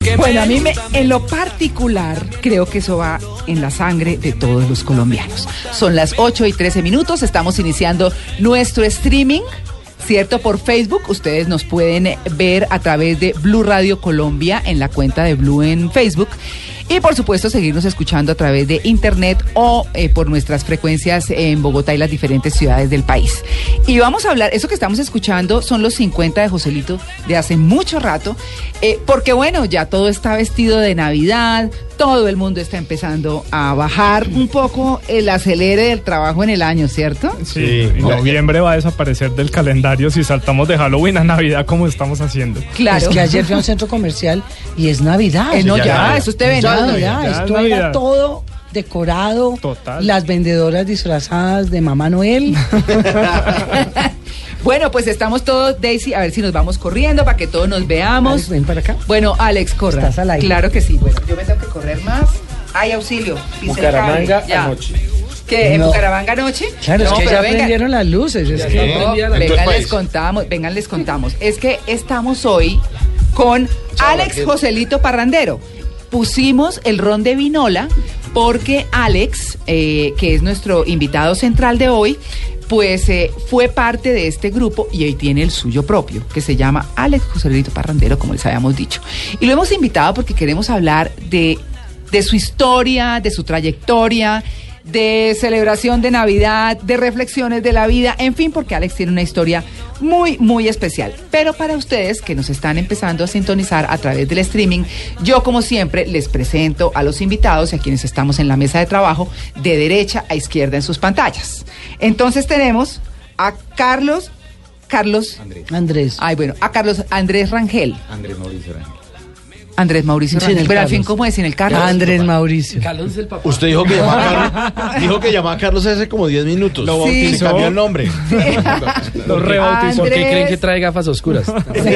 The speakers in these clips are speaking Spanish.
Bueno, a mí en lo particular creo que eso va en la sangre de todos los colombianos. Son las 8:13, estamos iniciando nuestro streaming, ¿cierto? Por Facebook, ustedes nos pueden ver a través de Blue Radio Colombia en la cuenta de Blue en Facebook. Y por supuesto seguirnos escuchando a través de internet o por nuestras frecuencias en Bogotá y las diferentes ciudades del país. Y vamos a hablar, eso que estamos escuchando son los 50 de Joselito de hace mucho rato, porque bueno, ya todo está vestido de Navidad, todo el mundo está empezando a bajar un poco el acelere del trabajo en el año, ¿cierto? Sí, noviembre va a desaparecer del calendario si saltamos de Halloween a Navidad como estamos haciendo. Claro. Es que ayer fui a un centro comercial y es Navidad. No, ya, eso usted ve, Navidad. Esto era todo decorado. Total. Las vendedoras disfrazadas de Mamá Noel. Bueno, pues estamos todos, Daisy, a ver si nos vamos corriendo para que todos nos veamos. Alex, ven para acá. Bueno, Alex, corra. Estás al aire. Claro que sí. Bueno, yo me tengo que correr más. Ay, auxilio. Bucaramanga anoche. ¿Qué? ¿En Bucaramanga anoche? Claro, no, es que ya prendieron las luces. Es que vengan, les contamos. Es que estamos hoy con Alex Joselito Parrandero. Pusimos el ron de vinola porque Alex, que es nuestro invitado central de hoy, pues fue parte de este grupo y hoy tiene el suyo propio, que se llama Alex Joselito Parrandero, como les habíamos dicho. Y lo hemos invitado porque queremos hablar de su historia, de su trayectoria, de celebración de Navidad, de reflexiones de la vida, en fin, porque Alex tiene una historia muy, muy especial. Pero para ustedes que nos están empezando a sintonizar a través del streaming, yo como siempre les presento a los invitados y a quienes estamos en la mesa de trabajo de derecha a izquierda en sus pantallas. Entonces tenemos a Carlos Andrés. Ay, bueno, a Carlos Andrés Rangel. Andrés Mauricio Rangel. Pero al fin, ¿cómo es en el Carlos? Andrés Mauricio. Carlos es el papá. Usted dijo que llamaba a Carlos hace como 10 minutos. Lo bautizó. Se cambió el nombre. Lo rebautizó. ¿Por qué creen que trae gafas oscuras? Sí.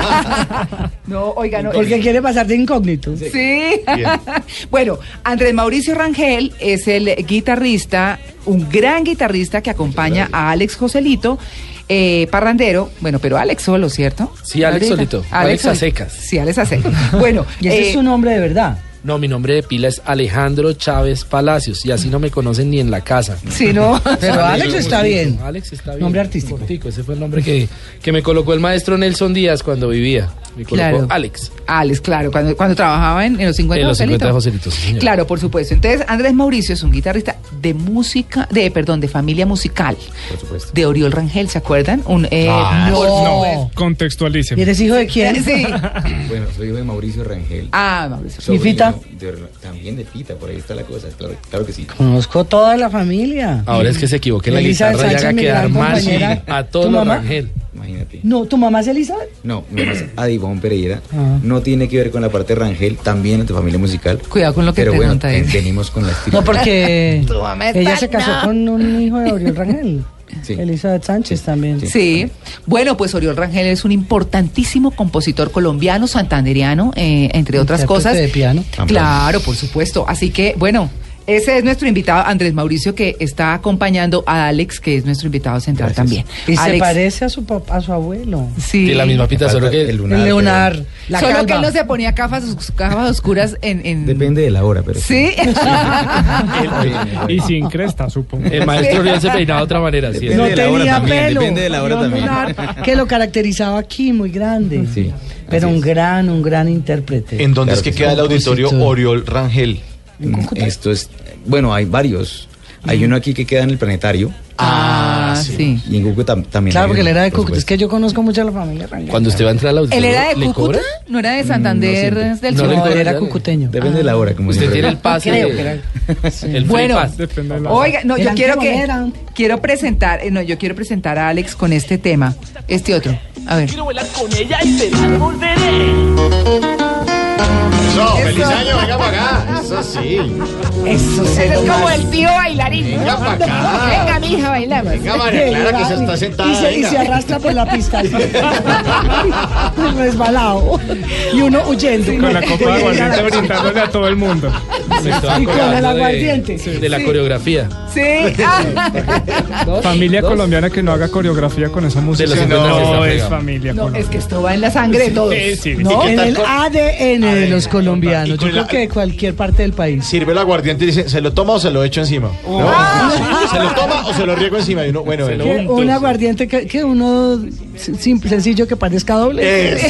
No, oiga, no. Porque quiere pasar de incógnito. Sí. Bueno, Andrés Mauricio Rangel es el guitarrista, un gran guitarrista que acompaña a Alex Joselito Parrandero, bueno, pero Alex solo, ¿cierto? Sí, Alex solito. Alex a secas. Sí, Alex a secas. Bueno, y ese es su nombre de verdad. No, mi nombre de pila es Alejandro Chávez Palacios y así no me conocen ni en la casa. Sí, ¿no? Pero Alex está bien. Alex está bien. Nombre artístico. Cortico, ese fue el nombre que me colocó el maestro Nelson Díaz cuando vivía. Me colocó claro. Alex. Alex, claro, cuando trabajaba en los 50 en los 50 de Joselito, sí, señor. Claro, por supuesto. Entonces, Andrés Mauricio es un guitarrista de música, de familia musical. Por supuesto. De Oriol Rangel, ¿se acuerdan? No, contextualicen. ¿Y eres hijo de quién? Sí. Bueno, soy hijo de Mauricio Rangel. Mauricio. ¿Y Fita? También de Fita, por ahí está la cosa, claro que sí. Conozco toda la familia. Ahora es que se equivoque en la Elisa guitarra y Sánchez, haga mi quedar gran mal compañera. a todo ¿Tu mamá? Rangel. Imagínate. No, ¿tu mamá es Elizabeth? No, mi mamá es Adivón Pereira. Ah. No tiene que ver con la parte de Rangel, también de familia musical. Cuidado con lo que pero pregunta bueno, él. venimos con la estilo. No, porque Tu mamá está- ella se casó no. con un hijo de Oriol Rangel. Sí. Elizabeth Sánchez también. Sí, bueno, pues Oriol Rangel es un importantísimo compositor colombiano, santandereano, entre otras Intérprete cosas. de piano. Claro, por supuesto. Así que, bueno, ese es nuestro invitado, Andrés Mauricio, que está acompañando a Alex, que es nuestro invitado central también. Y se Alex, parece a su abuelo. sí. Tiene la misma pita, solo que el El Leonard. La Solo calva. que él no se ponía gafas oscuras en... Depende de la hora, pero Sí. Y sin cresta, supongo. el maestro Oriol se peinaba de otra manera. ¿sí? No de la hora tenía también, pelo. depende de la hora también. Leonard, que lo caracterizaba aquí, muy grande. Sí, Pero así un es. gran intérprete. ¿En dónde Claro es que que queda sí. el auditorio Compositor. Oriol Rangel? Esto es, bueno, hay varios. Hay uno aquí que queda en el planetario Sí. y en Cúcuta también. Claro, hay porque él uno, era de por Cúcuta. Es supuesto. que yo conozco mucho a la familia Rangel. Cuando usted va a entrar al ¿Él auditorio, era de ¿le Cúcuta? cobra? ¿No era de Santander del No Sur? le No, cobra, él era ya. cucuteño. Depende de la hora, como Usted siempre tiene digo. el pase. Creo que era. El free Bueno. pass. Depende de la Oiga, no, yo Eran quiero como eran. quiero presentar a Alex con este tema, este otro. A ver. Quiero bailar con ella y te la devolveré. Eso, feliz año, venga para acá. Eso sí. Eso Ese es como el tío bailarín. Venga para acá. Venga, mija, bailamos. Venga, María Clara, que se está sentada. Y se venga. arrastra por la pista. Resbalado. Y uno huyendo. Con la copa de aguardiente brindándole a todo el mundo. Me estaba Y con acordando el aguardiente. de la coreografía. Sí. Familia colombiana que no haga coreografía con esa música. los No es digamos. familia No, colombiana. es que esto va en la sangre de todos. Sí, sí. ¿No? En el con- ADN de los colombianos. Y Yo con creo la- que de cualquier parte del país. Sirve el aguardiente y dice, ¿se lo toma o se lo echo encima? ¿No? ¿Se lo toma o se lo riego encima? Y uno, bueno, Que un aguardiente que uno simple, sencillo que parezca doble. Eso.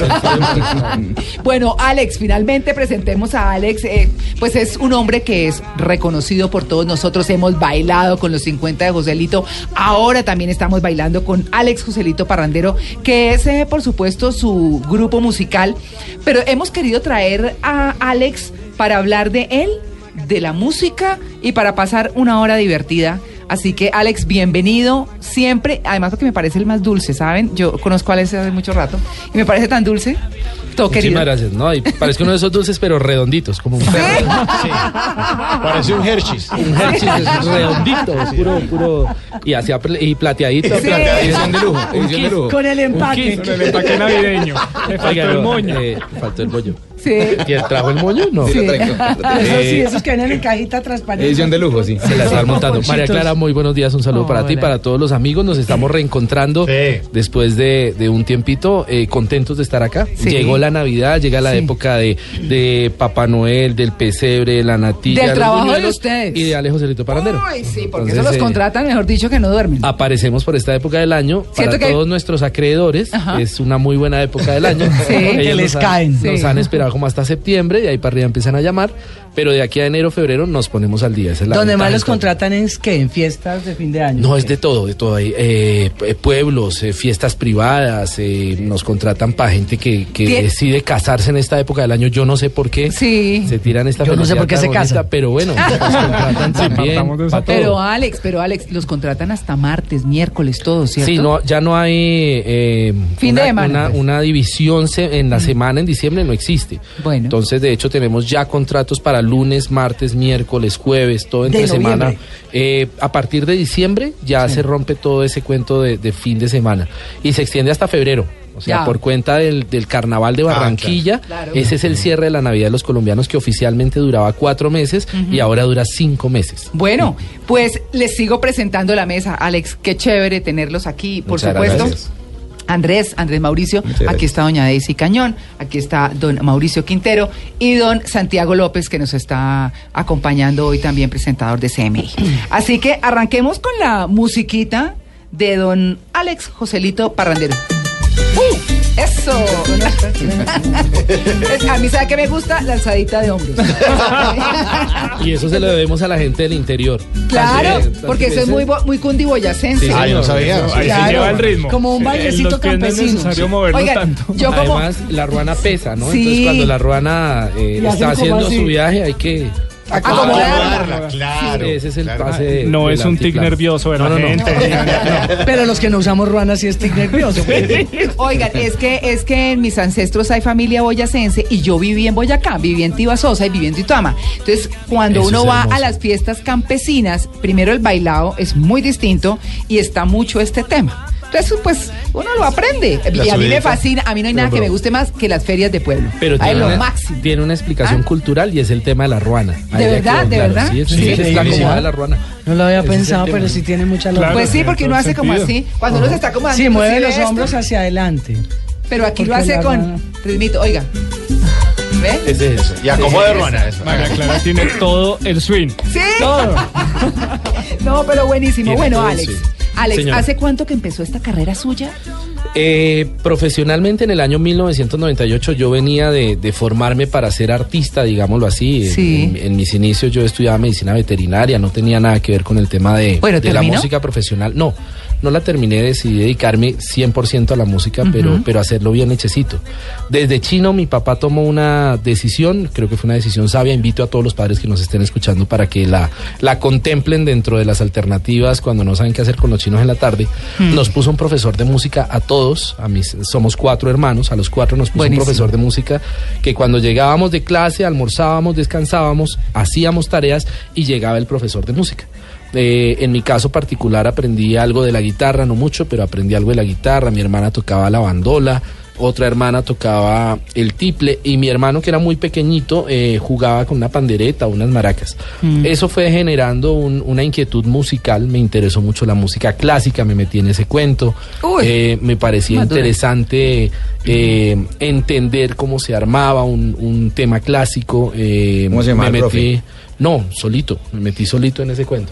Bueno, Alex, finalmente presentemos a Alex. Pues es un hombre que es reconocido por todos nosotros. Hemos bailado con los 50 de Joselito. Ahora también estamos bailando con Alex Joselito Parrandero, que es, por supuesto, su grupo musical. Pero hemos querido traer a Alex para hablar de él, de la música y para pasar una hora divertida. Así que, Alex, bienvenido siempre. Además, porque me parece el más dulce, ¿saben? Yo conozco a Alex hace mucho rato y me parece tan dulce. Todo querido. Muchísimas gracias. No, y parece uno de esos dulces, pero redonditos, como un perro. Sí. Parece un Hershey's. Un Hershey's es redondito, puro, y así y plateadito. Sí. Edición de lujo, edición de lujo. Con el empaque. Con el empaque navideño. Le faltó Oiga, el no, moño. faltó el bollo. Sí. ¿Quién trajo el moño? No. Sí. Eso sí, esos que vienen en cajita transparente. Edición de lujo, sí. Se la están montando. Ponchitos. María Clara, muy buenos días. Un saludo para ti, Hola. para todos los amigos. Nos estamos reencontrando Sí. después de un tiempito. Contentos de estar acá. Sí. Llegó la Navidad, llega la Sí. época de Papá Noel, del pesebre, de la natilla. Del los trabajo de buñuelos ustedes. Y de Ale Joselito Parrandero. Uy, sí, porque Entonces, eso los contratan, mejor dicho, que no duermen. Aparecemos por esta época del año. Siento Para que- todos nuestros acreedores, Ajá. es una muy buena época del año. Sí. Que Ellos les nos caen. Nos Sí. han esperado como hasta septiembre y ahí para arriba empiezan a llamar. Pero de aquí a enero, febrero nos ponemos al día. Esa es la Donde ventaja más los de todo. contratan es que en fiestas de fin de año. No, es de todo, de todo. Hay pueblos, fiestas privadas, nos contratan para gente que Tien- decide casarse en esta época del año. Yo no sé por qué. Sí. Se tiran esta Yo no sé felicidad por qué tan se bonita, casan. pero bueno, nos contratan también. partamos de esa pa' todo. Pero Alex, los contratan hasta martes, miércoles, todo, ¿cierto? Sí, no, ya no hay Fin de semana, pues. una división en la semana en diciembre no existe. Bueno. Entonces, de hecho, tenemos ya contratos para lunes, martes, miércoles, jueves, todo entre De semana. noviembre. A partir de diciembre ya se rompe todo ese cuento de fin de semana y se extiende hasta febrero. O sea, Ya. por cuenta del carnaval de Barranquilla, claro. ese es el cierre de la Navidad de los colombianos que oficialmente duraba 4 meses y ahora dura 5 meses. Bueno, pues les sigo presentando la mesa. Alex, qué chévere tenerlos aquí, por Muchas supuesto. gracias. Andrés Mauricio, Muchas gracias. aquí está doña Daisy Cañón, aquí está don Mauricio Quintero y don Santiago López, que nos está acompañando hoy también, presentador de CMI. Así que arranquemos con la musiquita de don Alex Joselito Parrandero. ¡Eso! A mí, ¿sabe qué me gusta? La alzadita de hombros. Y eso se lo debemos a la gente del interior. Claro, Así porque eso es muy cundiboyacense. Sí, Ay, no sabía. Ahí Claro, se lleva el ritmo. como un bailecito Los pies no es campesino. necesario moverlo Oigan, tanto. yo como... Además, la ruana pesa, ¿no? Sí. Entonces, cuando la ruana Y hacen está como haciendo así. su viaje, hay que... Acomodarla. Claro. Ese es el claro. pase de- No del es un tic altiplano. nervioso de la No. gente. Pero los que no usamos ruanas sí es tic nervioso. Oigan, es que en mis ancestros hay familia boyacense y yo viví en Boyacá, viví en Tibasosa y viví en Tuitama. Entonces, cuando Eso uno es va hermoso. a las fiestas campesinas, primero el bailado es muy distinto y está mucho este tema. Entonces, pues, uno lo aprende. La Y a mí me subidita. fascina, a mí no hay nada que me guste más que las ferias de pueblo. Pero Ahí tiene lo una, máximo. tiene una explicación ¿Ah? cultural y es el tema de la ruana. Ahí ¿De ya verdad? quedó ¿De claro. verdad? Sí, es, Sí. es la acomodada de la ruana. No lo había Ese es el pensado, tema. pero sí tiene mucha lógica. Claro. Pues sí, tiene porque todo uno el hace como sentido. así, cuando uno se está como Sí, mueve los esto, hombros hacia adelante. pero aquí lo Porque hace la con ruana- ritmito, oiga. ¿Ve? Ese es eso. Y acomodo de ruana. Eso. María Clara tiene todo el swing. Sí. Todo. No, pero buenísimo. Tiene Bueno, todo, Alex. sí. Alex, Señora. ¿hace cuánto que empezó esta carrera suya? Profesionalmente en el año 1998 yo venía de formarme para ser artista, digámoslo así. Sí. En mis inicios yo estudiaba medicina veterinaria, no tenía nada que ver con el tema de, Bueno, de la ¿terminó? música profesional. No la terminé, decidí dedicarme 100% a la música, pero hacerlo bien hechecito. Desde chino mi papá tomó una decisión, creo que fue una decisión sabia, invito a todos los padres que nos estén escuchando para que la contemplen dentro de las alternativas cuando no saben qué hacer con los chinos en la tarde. Nos puso un profesor de música a todos, somos 4 hermanos, a los 4 nos puso Buenísimo. un profesor de música que cuando llegábamos de clase, almorzábamos, descansábamos, hacíamos tareas y llegaba el profesor de música. En mi caso particular aprendí algo de la guitarra, no mucho, pero aprendí algo de la guitarra. Mi hermana tocaba la bandola, otra hermana tocaba el tiple y mi hermano, que era muy pequeñito, jugaba con una pandereta, unas maracas. Eso fue generando una inquietud musical. Me interesó mucho la música clásica, me metí en ese cuento. Me parecía interesante entender cómo se armaba un tema clásico. ¿Cómo se llama el profe? No, solito, me metí solito en ese cuento.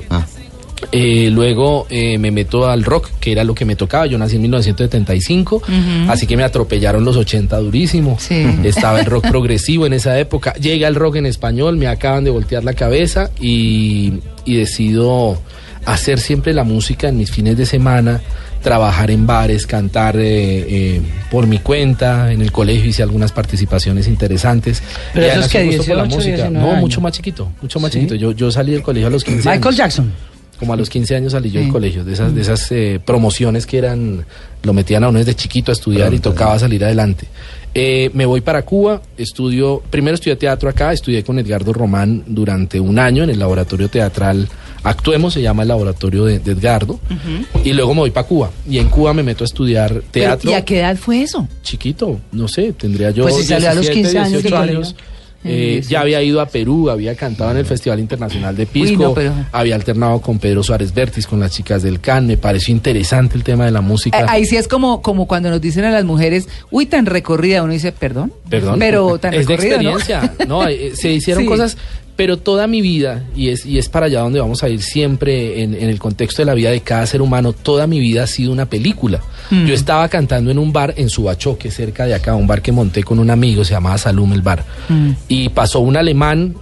Luego me meto al rock, que era lo que me tocaba. Yo nací en 1975, así que me atropellaron los 80 durísimo. Estaba el rock progresivo en esa época. Llega el rock en español, me acaban de voltear la cabeza y decido hacer siempre la música en mis fines de semana, trabajar en bares, cantar por mi cuenta. En el colegio hice algunas participaciones interesantes. Pero eso es que 18, no, mucho más chiquito, mucho más chiquito. Yo salí del colegio a los 15 años. Michael Jackson. Como a los 15 años salí yo del colegio, de esas promociones que eran, lo metían a uno desde chiquito a estudiar y tocaba salir adelante. Me voy para Cuba, primero estudié teatro acá, estudié con Edgardo Román durante un año en el laboratorio teatral Actuemos, se llama el laboratorio de Edgardo, y luego me voy para Cuba, y en Cuba me meto a estudiar teatro. ¿Y a qué edad fue eso? Chiquito, no sé, tendría yo pues si 17, salió a los 15 años, 18 años. Ya había ido a Perú, había cantado en el Festival Internacional de Pisco, había alternado con Pedro Suárez Vértiz, con las chicas del CAN. Me pareció interesante el tema de la música. Ahí sí es como cuando nos dicen a las mujeres, uy, tan recorrida, uno dice, perdón, pero tan es recorrida, de experiencia, ¿no? Se hicieron cosas, pero toda mi vida, y es para allá donde vamos a ir siempre en el contexto de la vida de cada ser humano, toda mi vida ha sido una película. Yo estaba cantando en un bar en Subachoque, cerca de acá, un bar que monté con un amigo, se llamaba Salum el bar, y pasó un alemán,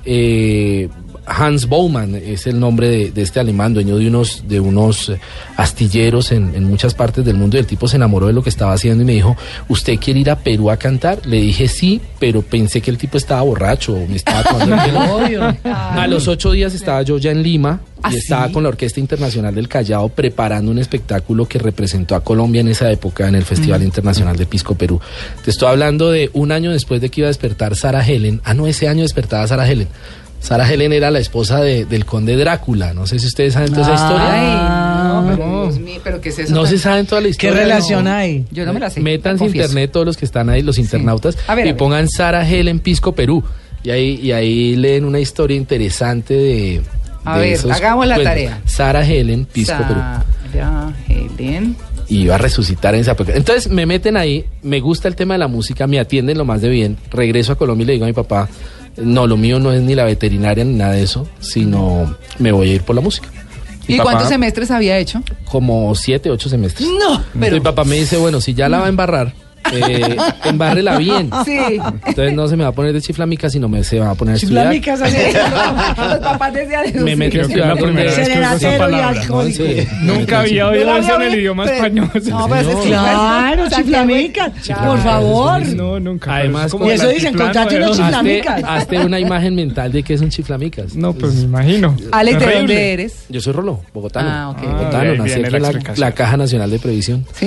Hans Baumann es el nombre de este alemán, dueño de unos astilleros en muchas partes del mundo, y el tipo se enamoró de lo que estaba haciendo y me dijo, ¿usted quiere ir a Perú a cantar? Le dije sí, pero pensé que el tipo estaba borracho, me estaba tomando el A los 8 días estaba yo ya en Lima y estaba con la Orquesta Internacional del Callao preparando un espectáculo que representó a Colombia en esa época en el Festival Internacional de Pisco Perú. Te estoy hablando de un año después de que iba a despertar Sarah Helen. Ese año despertaba Sarah Helen. Sarah Helen era la esposa del conde Drácula. No sé si ustedes saben toda esa historia. No, pero Dios mío, pero ¿qué es eso? No se saben toda la historia. ¿Qué relación hay? Yo no me la sé. Métanse en internet todos los que están ahí, los internautas, y pongan Sarah Helen Pisco Perú. Y ahí leen una historia interesante de hagamos la tarea. Sarah Helen Pisco Perú. Sarah Helen. Y iba a resucitar en esa época. Entonces me meten ahí, me gusta el tema de la música, me atienden lo más de bien. Regreso a Colombia y le digo a mi papá, no, lo mío no es ni la veterinaria ni nada de eso, sino me voy a ir por la música. ¿Y cuántos semestres había hecho? Como 7, 8 semestres. No, pero... Mi papá me dice, bueno, si ya la va a embarrar, embárrela bien. Sí. Entonces no se me va a poner de chiflamica, sino se va a poner a estudiar. Los papás decían eso. Me metí a estudiar la primera vez que uso esa palabra. Nunca había oído eso en el idioma español. No, pero es claro, chiflamica, por favor. No, nunca. Además, y eso dicen, contrate unos chiflamicas. Hazte una imagen mental de que es un chiflamicas. No, pues me imagino. Alex, ¿de dónde eres? Yo soy Rolo, bogotano. Ah, ok. Bogotano, nací en la Caja Nacional de Previsión. Sí.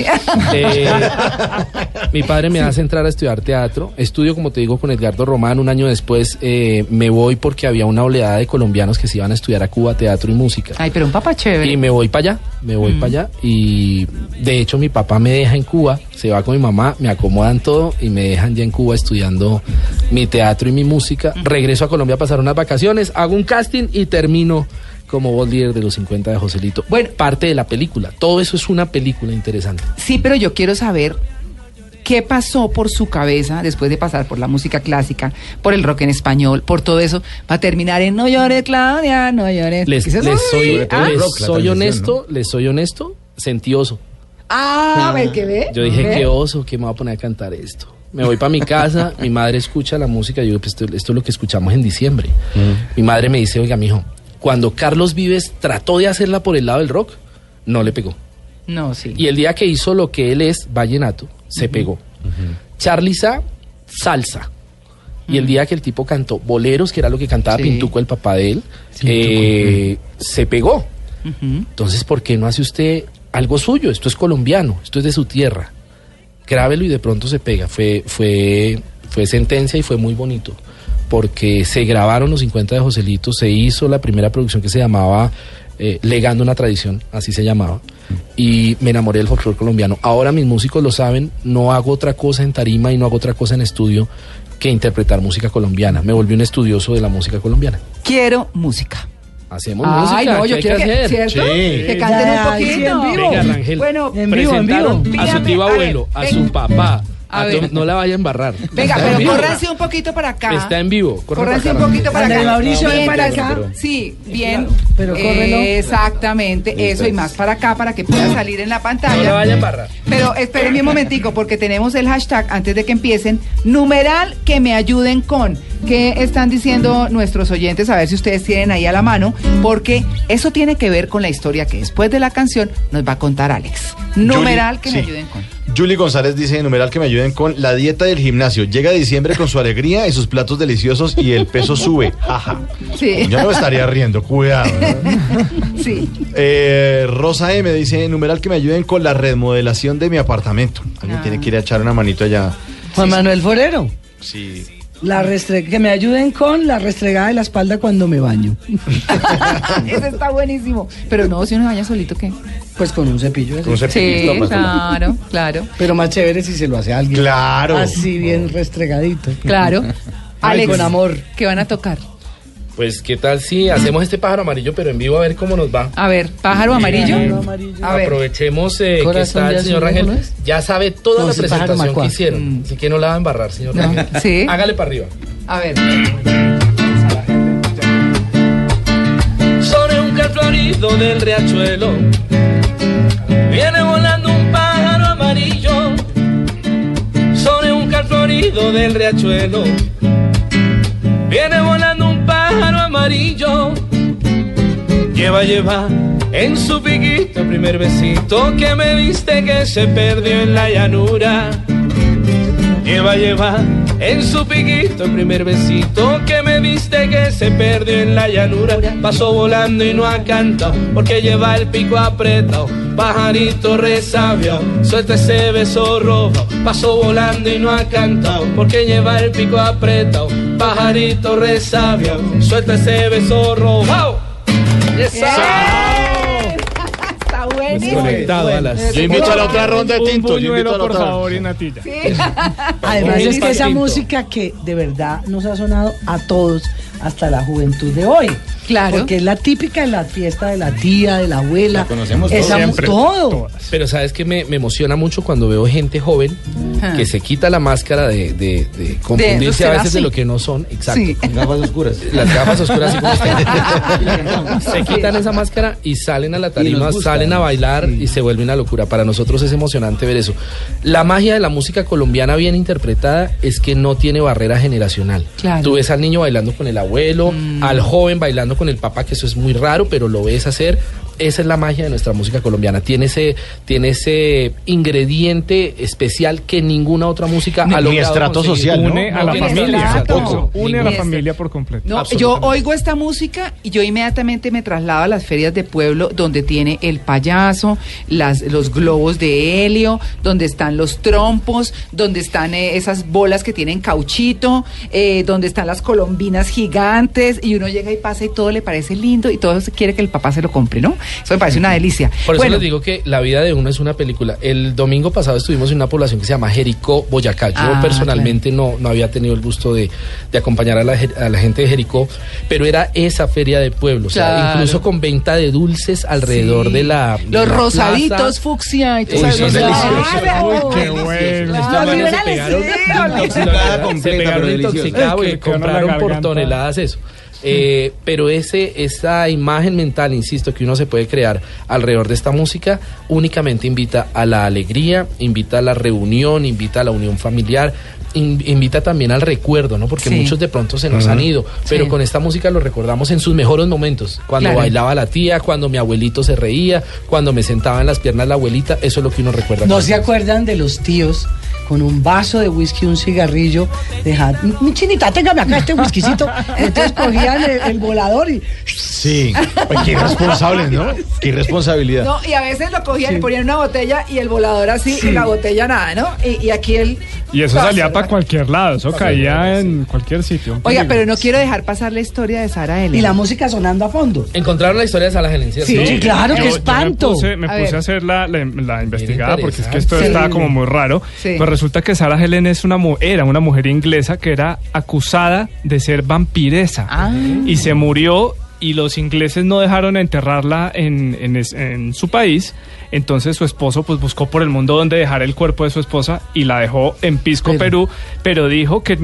Mi padre me hace entrar a estudiar teatro. Estudio, como te digo, con Edgardo Román. Un año después me voy porque había una oleada de colombianos que se iban a estudiar a Cuba teatro y música. Ay, pero un papá chévere. Y me voy para allá. Y de hecho mi papá me deja en Cuba, se va con mi mamá, me acomodan todo y me dejan ya en Cuba estudiando mi teatro y mi música. Regreso a Colombia a pasar unas vacaciones, hago un casting y termino como voz líder de los 50 de Joselito. Bueno, parte de la película. Todo eso es una película interesante. Sí, pero yo quiero saber qué pasó por su cabeza después de pasar por la música clásica, por el rock en español, por todo eso, para terminar en No llores, Claudia, no llores. Les soy honesto, sentí oso. A ver, ¿qué ve? Yo dije, qué oso, que me voy a poner a cantar esto. Me voy para mi casa, mi madre escucha la música, yo digo, pues esto es lo que escuchamos en diciembre. Mi madre me dice, oiga, mijo, cuando Carlos Vives trató de hacerla por el lado del rock, no le pegó. No, sí. Y el día que hizo lo que él es, vallenato, se pegó. Charly Sa, salsa. Y el día que el tipo cantó boleros, que era lo que cantaba Pintuco, el papá de él, se pegó. Entonces, ¿por qué no hace usted algo suyo? Esto es colombiano, esto es de su tierra. Grábelo y de pronto se pega. Fue sentencia y fue muy bonito. porque se grabaron los 50 de Joselito, se hizo la primera producción que se llamaba Legando una Tradición, así se llamaba, y me enamoré del folclore colombiano. Ahora mis músicos lo saben, no hago otra cosa en tarima y no hago otra cosa en estudio que interpretar música colombiana. Me volví un estudioso de la música colombiana. Quiero música. Hacemos música. Ay, no, yo quiero que, ¿cierto? Sí. Que canten un poquito. Sí, en vivo. Venga, Rangel. Bueno, presentaron en vivo. a su tío Pídame, abuelo, a ver, a su papá. A ver. No la vaya a embarrar. Venga, Está en pero vivo. córranse un poquito para acá. Está en vivo. Córranse un poquito para Andrés acá. Mauricio, ven Bien, para acá. Sí, bien. Pero córrelo. Exactamente, eso y más para acá para que pueda salir en la No la pantalla. vaya a embarrar. Pero espérenme un momentico porque tenemos el hashtag antes de que empiecen. Numeral que me ayuden con. ¿Qué están diciendo nuestros oyentes? A ver si ustedes tienen ahí a la mano, porque eso tiene que ver con la historia que después de la canción nos va a contar Alex. Numeral que me ayuden con. Julie González dice, numeral que me ayuden con la dieta del gimnasio. Llega diciembre con su alegría y sus platos deliciosos y el peso sube. Ajá. Sí. Yo no me estaría riendo, cuidado. Sí. Rosa M dice, numeral que me ayuden con la remodelación de mi apartamento. Alguien tiene que ir a echar una manito allá. Juan Manuel Forero. Sí. Que me ayuden con la restregada de la espalda cuando me baño. Ese está buenísimo. Pero no, si uno se baña solito, ¿qué? Pues con un cepillo. Con un así. cepillito, Sí, pues, claro, claro. Pero más chévere si se lo hace alguien. Claro. Así bien restregadito. Claro. Alex, con amor. ¿qué van a tocar? Pues, ¿qué tal si hacemos este pájaro amarillo, pero en vivo a ver cómo nos va? A ver, pájaro amarillo. Pájaro amarillo. A ver. Aprovechemos que Corazón está el de señor azul, Rangel. ¿no es? Ya sabe toda No, la sí, pájaro presentación que macuá. hicieron. Así que no la va a embarrar, señor No, Rangel. sí. Hágale para arriba. A ver. Sobre un florido del riachuelo viene volando un pájaro amarillo. Sobre un florido del riachuelo viene volando un pájaro amarillo. Lleva en su piquito el primer besito que me diste que se perdió en la llanura. Lleva en su piquito el primer besito que me diste que se perdió en la llanura. Pasó volando y no ha cantado porque lleva el pico apretado. Pajarito resabiado, suelta ese beso rojo. Pasó volando y no ha cantado porque lleva el pico apretado. Pajarito resabiado, suelta ese beso rojo. Está buenísimo. Desconectado a las... Yo invito a la otra ronda de Un tinto. Yo invito a buñuelo, la por otra. favor, y natilla. Sí. Además Un es que esa tinto. música que de verdad nos ha sonado a todos hasta la juventud de hoy. Claro. Porque es la típica de la fiesta de la tía, de la abuela. La conocemos Esa todos. Siempre. todo. Todas. Pero sabes que me emociona mucho cuando veo gente joven Ajá. que se quita la máscara de confundirse ser a veces así. de lo que no son. Exacto. Sí. Gafas oscuras. Las gafas oscuras así como están. Se quitan esa máscara y salen a la tarima, nos gusta. salen a bailar y se vuelve una locura. Para nosotros es emocionante ver eso. La magia de la música colombiana bien interpretada es que no tiene barrera generacional. Claro. Tú ves al niño bailando con el abuelo, al joven bailando con el papá, que eso es muy raro, pero lo ves hacer. Esa es la magia de nuestra música colombiana. Tiene ese ingrediente especial que ninguna otra música ha logrado estrato conseguir. social, ¿no? Une a la tiene familia. estrato. Eso, une a la Ningún- familia por completo. No, yo Absolutamente. oigo esta música y yo inmediatamente me traslado a las ferias de pueblo donde tiene el payaso, los globos de helio, donde están los trompos, donde están esas bolas que tienen cauchito, donde están las colombinas gigantes y uno llega y pasa y todo le parece lindo y todo quiere que el papá se lo compre, ¿no? Eso me parece una delicia. Por eso Bueno, les digo que la vida de uno es una película. El domingo pasado estuvimos en una población que se llama Jericó, Boyacá. Yo Ah, personalmente no había tenido el gusto de acompañar a la gente de Jericó, pero era esa feria de pueblo, o sea, Claro. incluso con venta de dulces alrededor sí. de la los la rosaditos plaza. fucsia y todo Uy, eso. son deliciosos. ¡Claro! Uy, qué bueno. Claro, Estos manes se libérales, pegaron sí, Intoxicada se completa, pegaron pero deliciosa. intoxicados Ay, y que quedó en la compraron por garganta. toneladas eso. Pero esa imagen mental, insisto, que uno se puede crear alrededor de esta música, únicamente invita a la alegría, invita a la reunión, invita a la unión familiar, invita también al recuerdo, ¿no? Porque Sí. muchos de pronto se nos han ido, pero Sí. con esta música lo recordamos en sus mejores momentos, cuando Claro. bailaba la tía, cuando mi abuelito se reía, cuando me sentaba en las piernas la abuelita, eso es lo que uno recuerda. ¿No se acuerdan de los tíos con un vaso de whisky, un cigarrillo? Mi chinita, téngame acá este whiskycito. Entonces cogían el volador y... Sí. Pues qué irresponsables, ¿no? Qué irresponsabilidad. No, y a veces lo cogían Sí. y ponían una botella y el volador así Sí. y la botella nada, ¿no? Y aquí el Y eso salía para cualquier lado, eso caía en cualquier sitio. Oiga, pero no quiero dejar pasar la historia de Sarah Helen. Y la música sonando a fondo. Encontraron la historia de Sarah Helen, ¿cierto? Sí, claro, qué espanto. Me puse a hacer la investigada porque es que esto Sí. estaba como muy raro. Sí. Pues resulta que Sarah Helen era una mujer inglesa que era acusada de ser vampiresa. Y se murió y los ingleses no dejaron enterrarla en su país. Entonces su esposo pues buscó por el mundo donde dejar el cuerpo de su esposa y la dejó en Pisco, Perú, pero dijo que en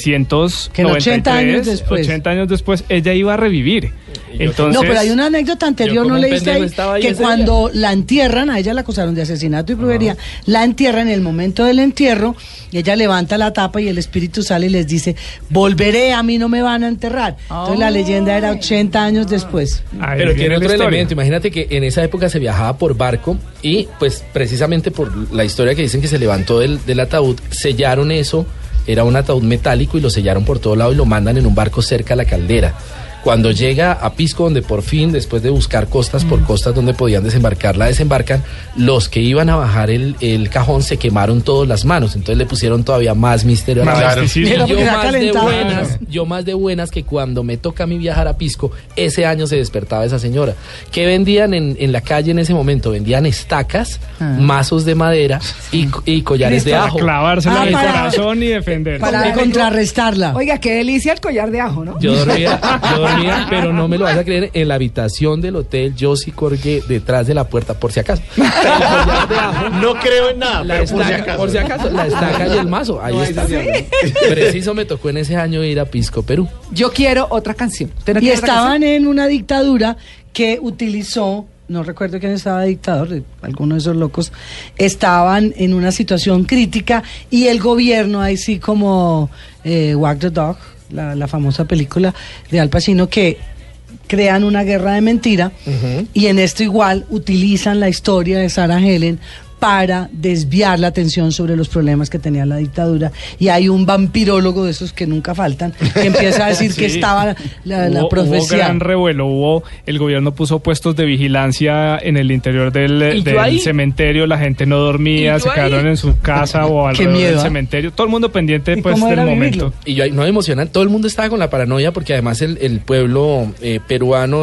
1993, 80 años después, ella iba a revivir. Entonces, No, pero hay una anécdota anterior, ¿no leíste ahí? Que ese cuando la entierran, a ella la acusaron de asesinato y brujería, la entierran, en el momento del entierro, ella levanta la tapa y el espíritu sale y les dice, volveré, a mí no me van a enterrar. Entonces la leyenda era 80 años después. ahí Pero viene tiene la otro historia. elemento. Imagínate que en esa época se viajaba por barco y pues precisamente por la historia que dicen que se levantó del ataúd, sellaron eso, era un ataúd metálico y lo sellaron por todo lado y lo mandan en un barco cerca a la caldera. Cuando llega a Pisco, donde por fin, después de buscar costas por costas donde podían desembarcar, la desembarcan, los que iban a bajar el cajón se quemaron todas las manos, entonces le pusieron todavía más misterio a la Más vaina. misticismo. Era porque era calentado. Yo más de buenas que cuando me toca a mí viajar a Pisco, ese año se despertaba esa señora. ¿Qué vendían en la calle en ese momento? Vendían estacas, mazos de madera y collares de ajo. Clavársela en el para- corazón y defenderse. Para contrarrestarla. Oiga, qué delicia el collar de ajo, ¿no? Yo dormía, pero no me lo vas a creer, en la habitación del hotel yo sí colgué detrás de la puerta, por si acaso. El collar de ajo, No creo en nada, la pero estaca, por si acaso, la estaca y el mazo, ahí está. Preciso me tocó en ese año ir a Pisco, Perú. Yo quiero otra canción. ¿Usted no Y quiere otra estaban canción? en una dictadura que utilizó, no recuerdo quién estaba dictador, alguno de esos locos, estaban en una situación crítica y el gobierno, ahí sí como Wag the Dog, la famosa película de Al Pacino, que crean una guerra de mentira y en esto igual utilizan la historia de Sarah Helen para desviar la atención sobre los problemas que tenía la dictadura. Y hay un vampirólogo de esos que nunca faltan, que empieza a decir que estaba la Hubo profecía. gran revuelo, el gobierno puso puestos de vigilancia en el interior ¿Y yo ahí? del cementerio, la gente no dormía, ¿Y se yo quedaron ahí? en su casa o alrededor miedo, del ¿ah? cementerio, todo el mundo pendiente ¿Y pues cómo del era momento. vivirlo? Y yo no me emocionan, todo el mundo estaba con la paranoia porque además el pueblo peruano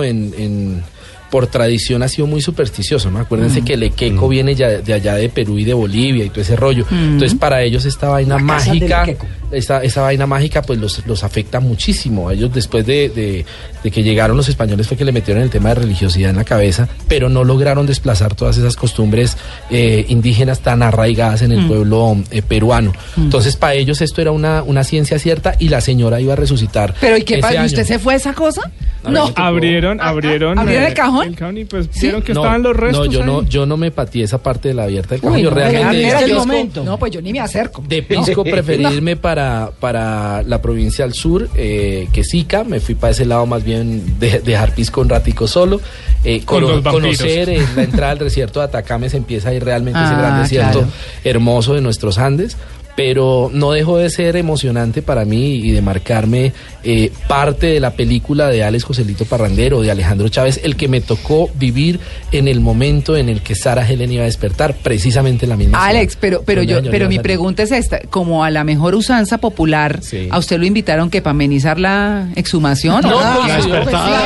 por tradición ha sido muy supersticioso, ¿no? Acuérdense que el equeco viene ya de allá de Perú y de Bolivia y todo ese rollo. Entonces para ellos esta vaina La casa del mágica, equeco. esa vaina mágica pues los afecta muchísimo. A ellos después de que llegaron los españoles fue que le metieron el tema de religiosidad en la cabeza, pero no lograron desplazar todas esas costumbres indígenas tan arraigadas en el pueblo peruano. Entonces para ellos esto era una ciencia cierta y la señora iba a resucitar. Pero ¿y qué ese pasa? año. ¿Usted se fue a esa cosa? No. Abrieron ¿Abrieron el cajón? y pues Sí. vieron que No, estaban los restos. yo no me pateé esa parte de la abierta del cajón. Uy, Yo no, realmente era de el Pisco- momento. No, pues yo ni me acerco. de Pisco preferí irme para la provincia al sur, que Sica. Me fui para ese lado más bien de dejar Pisco un ratico solo. Con los vampiros. Conocer la entrada al desierto de Atacama, se empieza ahí realmente ese gran desierto claro. hermoso de nuestros Andes. Pero no dejó de ser emocionante para mí y de marcarme parte de la película de Alex Joselito Parrandero, de Alejandro Chávez, el que me tocó vivir en el momento en el que Sarah Helen iba a despertar, precisamente en la misma Alex, ciudad, pero donde mi iba a pregunta es esta, como a la mejor usanza popular, Sí. ¿a usted lo invitaron que para amenizar la exhumación? No, ¿O? pues,